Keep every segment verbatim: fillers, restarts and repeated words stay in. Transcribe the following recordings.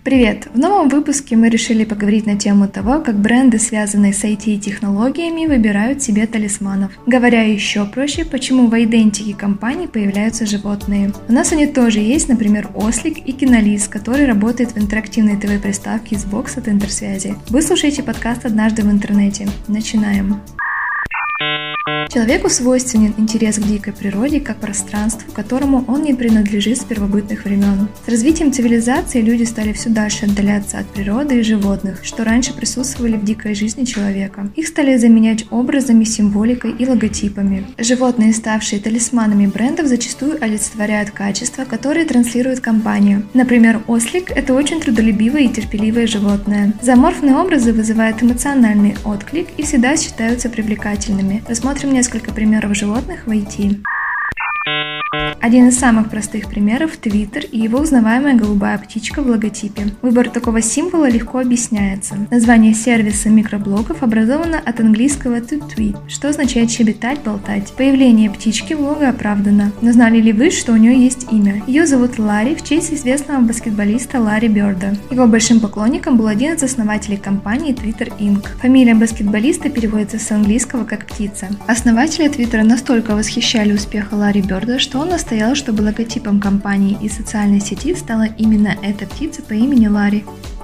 Привет! В новом выпуске мы решили поговорить на тему того, как бренды, связанные с ай ти и технологиями, выбирают себе талисманов. Говоря еще проще, почему в идентике компаний появляются животные. У нас они тоже есть, например, Ослик и Кинолис, который работает в интерактивной ТВ-приставке Xbox от Интерсвязи. Вы слушаете подкаст «Однажды в интернете». Начинаем! Человеку свойственен интерес к дикой природе как пространству, которому он не принадлежит с первобытных времен. С развитием цивилизации люди стали все дальше отдаляться от природы и животных, что раньше присутствовали в дикой жизни человека. Их стали заменять образами, символикой и логотипами. Животные, ставшие талисманами брендов, зачастую олицетворяют качества, которые транслирует компания. Например, ослик – это очень трудолюбивое и терпеливое животное. Зооморфные образы вызывают эмоциональный отклик и всегда считаются привлекательными. Рассмотрим несколько примеров животных в ай ти. Один из самых простых примеров – Twitter и его узнаваемая голубая птичка в логотипе. Выбор такого символа легко объясняется. Название сервиса микроблогов образовано от английского to tweet, что означает щебетать, болтать. Появление птички в лого оправдано. Но знали ли вы, что у нее есть имя? Ее зовут Ларри в честь известного баскетболиста Ларри Бёрда. Его большим поклонником был один из основателей компании Twitter инкорпорейтед. Фамилия баскетболиста переводится с английского как «птица». Основатели Twitter настолько восхищали успеха Ларри Бёрда, что он настоял, чтобы логотипом компании и социальной сети стала именно эта птица по имени Ларри.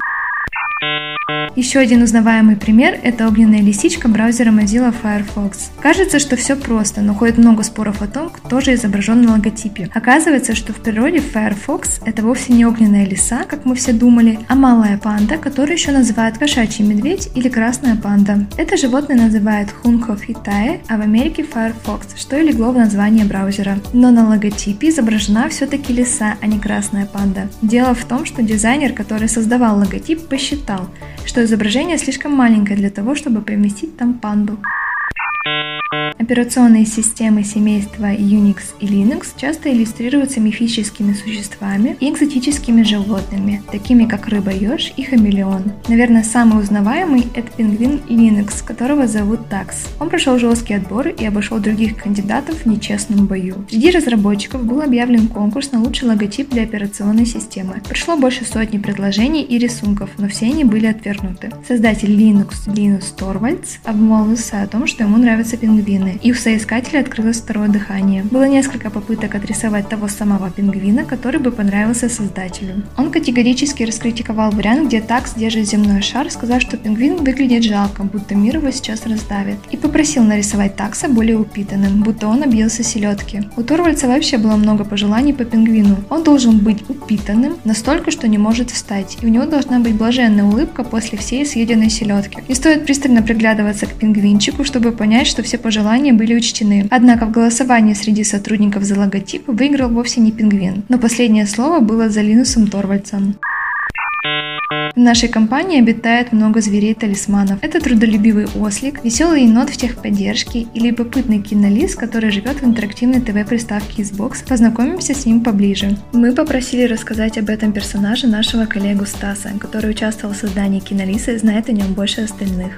Еще один узнаваемый пример – это огненная лисичка браузера Mozilla Firefox. Кажется, что все просто, но ходит много споров о том, кто же изображен на логотипе. Оказывается, что в природе Firefox – это вовсе не огненная лиса, как мы все думали, а малая панда, которую еще называют кошачий медведь или красная панда. Это животное называют Junco Fitae, а в Америке Firefox, что и легло в название браузера. Но на логотипе изображена все-таки лиса, а не красная панда. Дело в том, что дизайнер, который создавал логотип, посчитал, что изображение слишком маленькое для того, чтобы поместить там панду. Операционные системы семейства Unix и Linux часто иллюстрируются мифическими существами и экзотическими животными, такими как рыба-еж и хамелеон. Наверное, самый узнаваемый – это пингвин Linux, которого зовут Tax. Он прошел жесткий отбор и обошел других кандидатов в нечестном бою. Среди разработчиков был объявлен конкурс на лучший логотип для операционной системы. Пришло больше сотни предложений и рисунков, но все они были отвергнуты. Создатель Linux Линус Торвальдс обмолвился о том, что ему нравятся пингвины, и у соискателя открылось второе дыхание. Было несколько попыток отрисовать того самого пингвина, который бы понравился создателю. Он категорически раскритиковал вариант, где Такс держит земной шар, сказав, что пингвин выглядит жалко, будто мир его сейчас раздавит, и попросил нарисовать Такса более упитанным, будто он объелся селедки. У Торвальдса вообще было много пожеланий по пингвину. Он должен быть упитанным настолько, что не может встать, и у него должна быть блаженная улыбка после всей съеденной селедки. Не стоит пристально приглядываться к пингвинчику, чтобы понять, что все пожелания были учтены. Однако в голосовании среди сотрудников за логотип выиграл вовсе не пингвин, но последнее слово было за Линусом Торвальдсом. В нашей компании обитает много зверей-талисманов. Это трудолюбивый ослик, веселый енот в техподдержке и любопытный кинолис, который живет в интерактивной ТВ-приставке Xbox. Познакомимся с ним поближе. Мы попросили рассказать об этом персонаже нашего коллегу Стаса, который участвовал в создании кинолиса и знает о нем больше остальных.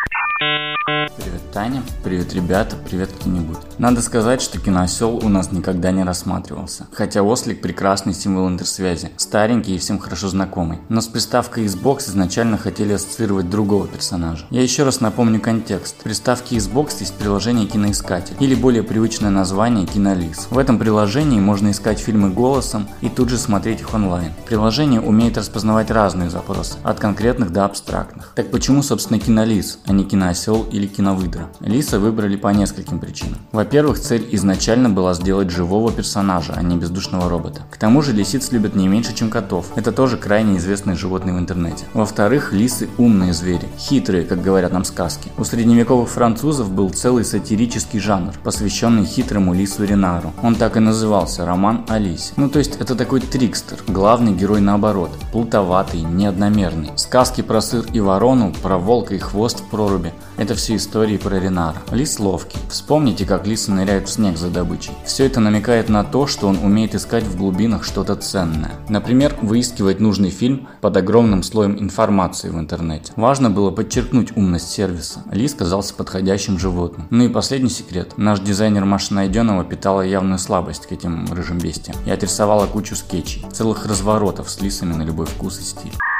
Привет, Таня. Привет, ребята. Привет, кто-нибудь. Надо сказать, что киноосел у нас никогда не рассматривался. Хотя ослик – прекрасный символ интерсвязи, старенький и всем хорошо знакомый. Но с приставкой Xbox изначально хотели ассоциировать другого персонажа. Я еще раз напомню контекст. В приставке Xbox есть приложение «Киноискатель» или более привычное название «Кинолис». В этом приложении можно искать фильмы голосом и тут же смотреть их онлайн. Приложение умеет распознавать разные запросы, от конкретных до абстрактных. Так почему, собственно, кинолис, а не киноосел или киновыдра? Лиса выбрали по нескольким причинам. Во-первых, цель изначально была сделать живого персонажа, а не бездушного робота. К тому же лисиц любят не меньше, чем котов. Это тоже крайне известные животные в интернете. Во-вторых, лисы умные звери, хитрые, как говорят нам сказки. У средневековых французов был целый сатирический жанр, посвященный хитрому лису Ренару. Он так и назывался — роман о лисе. Ну то есть это такой трикстер, главный герой наоборот, плутоватый, неодномерный. Сказки про сыр и ворону, про волка и хвост в проруби — это все истории про Ренара. Лис ловкий. Вспомните, как лисы ныряют в снег за добычей. Все это намекает на то, что он умеет искать в глубинах что-то ценное. Например, выискивать нужный фильм под огромным слоем информации в интернете. Важно было подчеркнуть умность сервиса. Лис казался подходящим животным. Ну и последний секрет. Наш дизайнер Маша Найденова питала явную слабость к этим рыжим бестиям и отрисовала кучу скетчей, целых разворотов с лисами на любой вкус и стиль.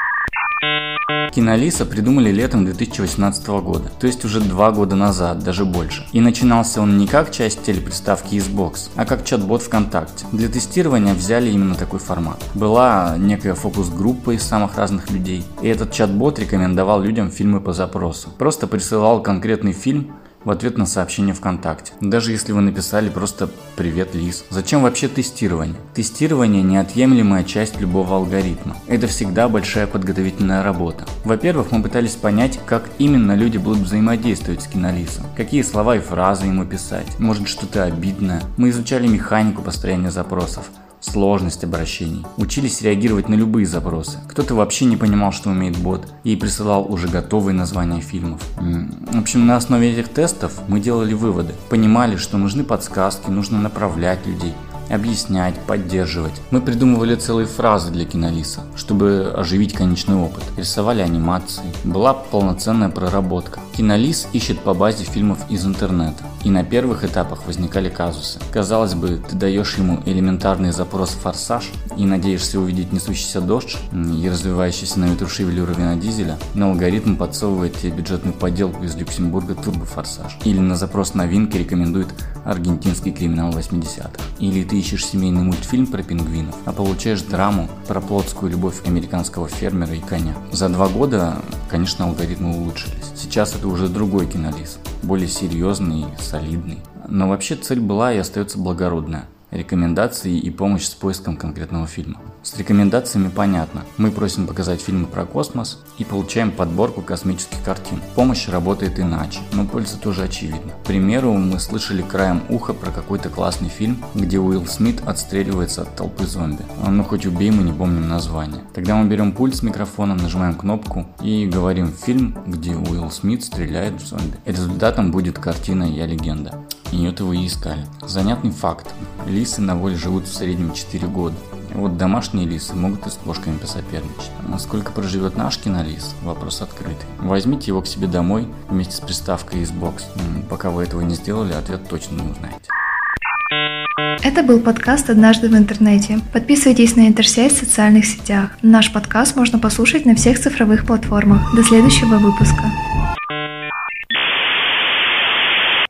Кинолиса придумали летом две тысячи восемнадцатого года, то есть уже два года назад, даже больше. И начинался он не как часть телеприставки Xbox, а как чат-бот ВКонтакте. Для тестирования взяли именно такой формат. Была некая фокус-группа из самых разных людей, и этот чат-бот рекомендовал людям фильмы по запросу. Просто присылал конкретный фильм в ответ на сообщение ВКонтакте. Даже если вы написали просто «Привет, Лис». Зачем вообще тестирование? Тестирование – неотъемлемая часть любого алгоритма. Это всегда большая подготовительная работа. Во-первых, мы пытались понять, как именно люди будут взаимодействовать с Кинолисом. Какие слова и фразы ему писать. Может, что-то обидное. Мы изучали механику построения запросов, сложность обращений, учились реагировать на любые запросы. Кто-то вообще не понимал, что умеет бот, и присылал уже готовые названия фильмов. В общем, на основе этих тестов мы делали выводы, понимали, что нужны подсказки, нужно направлять людей, объяснять, поддерживать. Мы придумывали целые фразы для Кинолиса, чтобы оживить конечный опыт. Рисовали анимации. Была полноценная проработка. Кинолис ищет по базе фильмов из интернета. И на первых этапах возникали казусы. Казалось бы, ты даешь ему элементарный запрос «Форсаж» и надеешься увидеть несущийся дождь и развивающийся на ветру шевелюры Вина Дизеля, но алгоритм подсовывает тебе бюджетную подделку из Люксембурга «Турбофорсаж». Или на запрос новинки рекомендует аргентинский криминал восьмидесятых. Или ты ищешь семейный мультфильм про пингвинов, а получаешь драму про плотскую любовь американского фермера и коня. За два года, конечно, алгоритмы улучшились. Сейчас это уже другой Кинолис, более серьезный и солидный. Но вообще цель была и остается благородная. Рекомендации и помощь с поиском конкретного фильма. С рекомендациями понятно. Мы просим показать фильмы про космос и получаем подборку космических картин. Помощь работает иначе, но польза тоже очевидна. К примеру, мы слышали краем уха про какой-то классный фильм, где Уилл Смит отстреливается от толпы зомби. Ну хоть убей, мы не помним название. Тогда мы берем пульт с микрофоном, нажимаем кнопку и говорим фильм, где Уилл Смит стреляет в зомби. Результатом будет картина «Я легенда». И это вы и искали. Занятный факт. Лисы на воле живут в среднем четыре года. Вот домашние лисы могут и с кошками посоперничать. Насколько проживет наш Кинолис? Вопрос открытый. Возьмите его к себе домой вместе с приставкой Xbox. Пока вы этого не сделали, ответ точно не узнаете. Это был подкаст «Однажды в интернете». Подписывайтесь на Интерсвязь в социальных сетях. Наш подкаст можно послушать на всех цифровых платформах. До следующего выпуска.